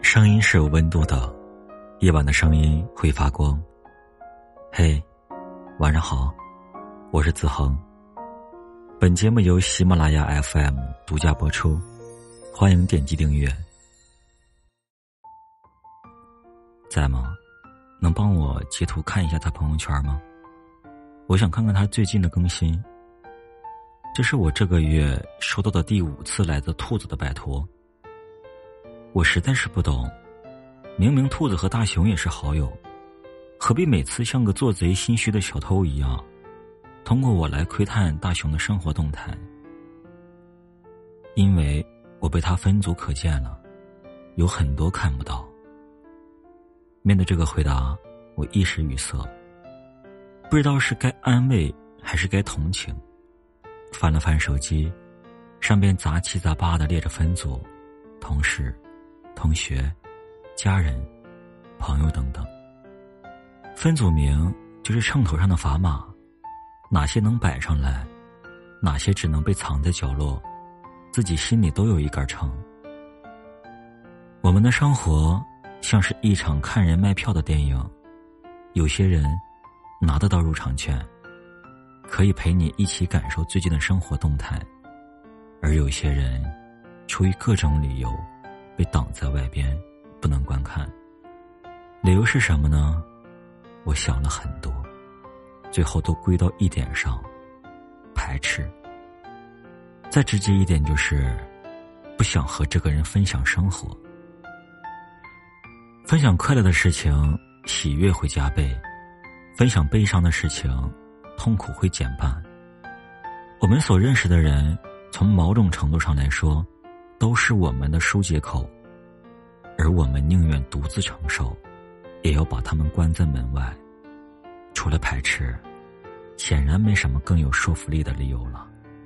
声音是有温度的，夜晚的声音会发光。嘿，晚上好，我是子恒。本节目由喜马拉雅 FM 独家播出，欢迎点击订阅。在吗？能帮我截图看一下他朋友圈吗？我想看看他最近的更新。这是我这个月收到的第5次来自兔子的拜托。我实在是不懂，明明兔子和大熊也是好友，何必每次像个做贼心虚的小偷一样，通过我来窥探大熊的生活动态？因为我被他分组可见了，有很多看不到。面对这个回答，我一时语塞，不知道是该安慰还是该同情。翻了翻手机，上边杂七杂八的列着分组、同事、同学、家人、朋友等等。分组名就是秤头上的砝码，哪些能摆上来，哪些只能被藏在角落，自己心里都有一杆秤。我们的生活像是一场看人卖票的电影，有些人拿得到入场券，可以陪你一起感受最近的生活动态，而有些人出于各种理由被挡在外边，不能观看。理由是什么呢？我想了很多，最后都归到一点上：排斥。再直接一点就是不想和这个人分享生活。分享快乐的事情，喜悦会加倍；分享悲伤的事情，痛苦会减半。我们所认识的人，从某种程度上来说，都是我们的疏解口，而我们宁愿独自承受，也要把他们关在门外。除了排斥，显然没什么更有说服力的理由了。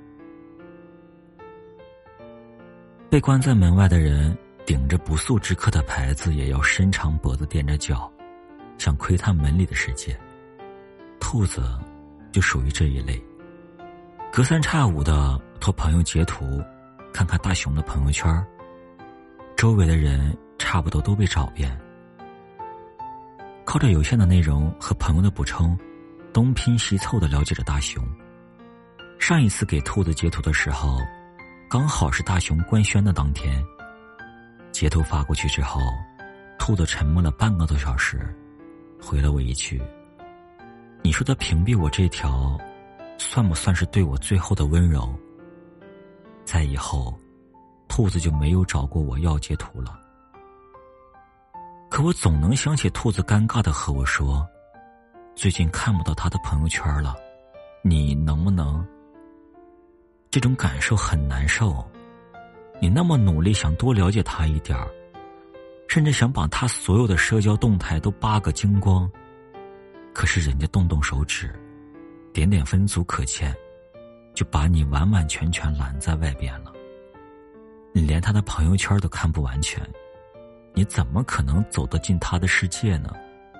被关在门外的人，顶着不速之客的牌子，也要伸长脖子踮着脚，想窥探门里的世界。兔子就属于这一类，隔三差五的托朋友截图看看大熊的朋友圈，周围的人差不多都被找遍。靠着有限的内容和朋友的补充，东拼西凑地了解着大熊。上一次给兔子截图的时候，刚好是大熊官宣的当天。截图发过去之后，兔子沉默了半个多小时，回了我一句：你说他屏蔽我这条，算不算是对我最后的温柔？在以后，兔子就没有找过我要截图了。可我总能想起兔子尴尬地和我说：最近看不到他的朋友圈了，你能不能？这种感受很难受。你那么努力想多了解他一点儿，甚至想把他所有的社交动态都扒个精光，可是人家动动手指，点点分组可见，就把你完完全全拦在外边了。你连他的朋友圈都看不完全，你怎么可能走得进他的世界呢？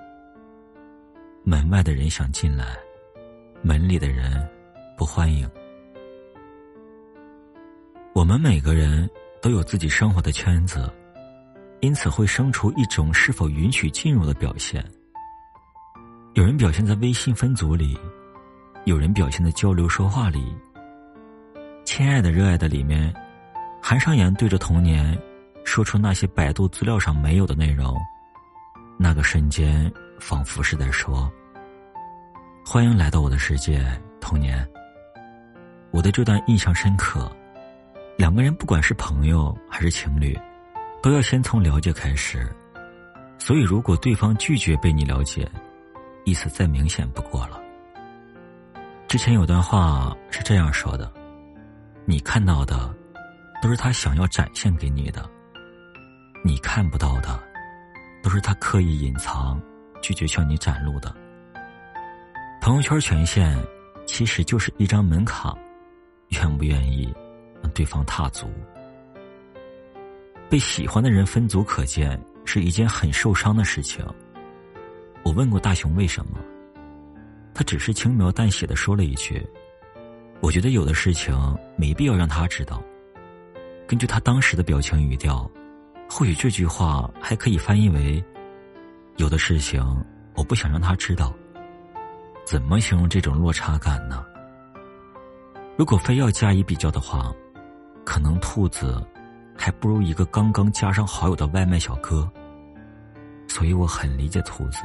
门外的人想进来，门里的人不欢迎。我们每个人都有自己生活的圈子，因此会生出一种是否允许进入的表现。有人表现在微信分组里，有人表现在交流说话里。亲爱的热爱的里面，韩商言对着童年说出那些百度资料上没有的内容，那个瞬间仿佛是在说：欢迎来到我的世界，童年。我对这段印象深刻。两个人不管是朋友还是情侣，都要先从了解开始，所以如果对方拒绝被你了解，意思再明显不过了。之前有段话是这样说的：你看到的都是他想要展现给你的，你看不到的都是他刻意隐藏，拒绝向你展露的。朋友圈权限其实就是一张门卡，愿不愿意让对方踏足。被喜欢的人分组可见是一件很受伤的事情。我问过大熊为什么，他只是轻描淡写地说了一句：我觉得有的事情没必要让他知道。根据他当时的表情语调， 或许这句话还可以翻译为：有的事情我不想让他知道。怎么形容这种落差感呢？如果非要加以比较的话，可能兔子还不如一个刚刚加上好友的外卖小哥。所以我很理解兔子，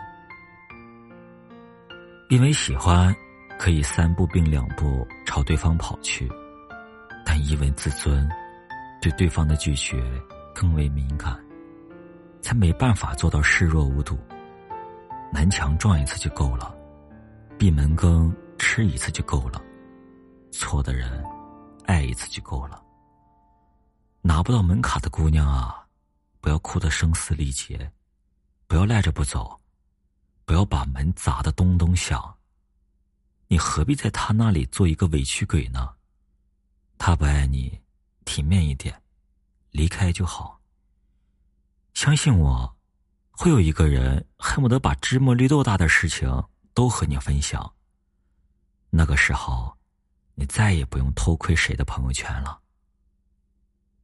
因为喜欢可以3步并2步朝对方跑去，但因为自尊，对对方的拒绝更为敏感，才没办法做到视若无睹。南墙撞一次就够了，闭门羹吃一次就够了，错的人爱一次就够了。拿不到门卡的姑娘啊，不要哭得声嘶力竭，不要赖着不走，不要把门砸得咚咚响。你何必在他那里做一个委屈鬼呢？他不爱你，体面一点，离开就好。相信我，会有一个人恨不得把芝麻绿豆大的事情都和你分享。那个时候，你再也不用偷窥谁的朋友圈了。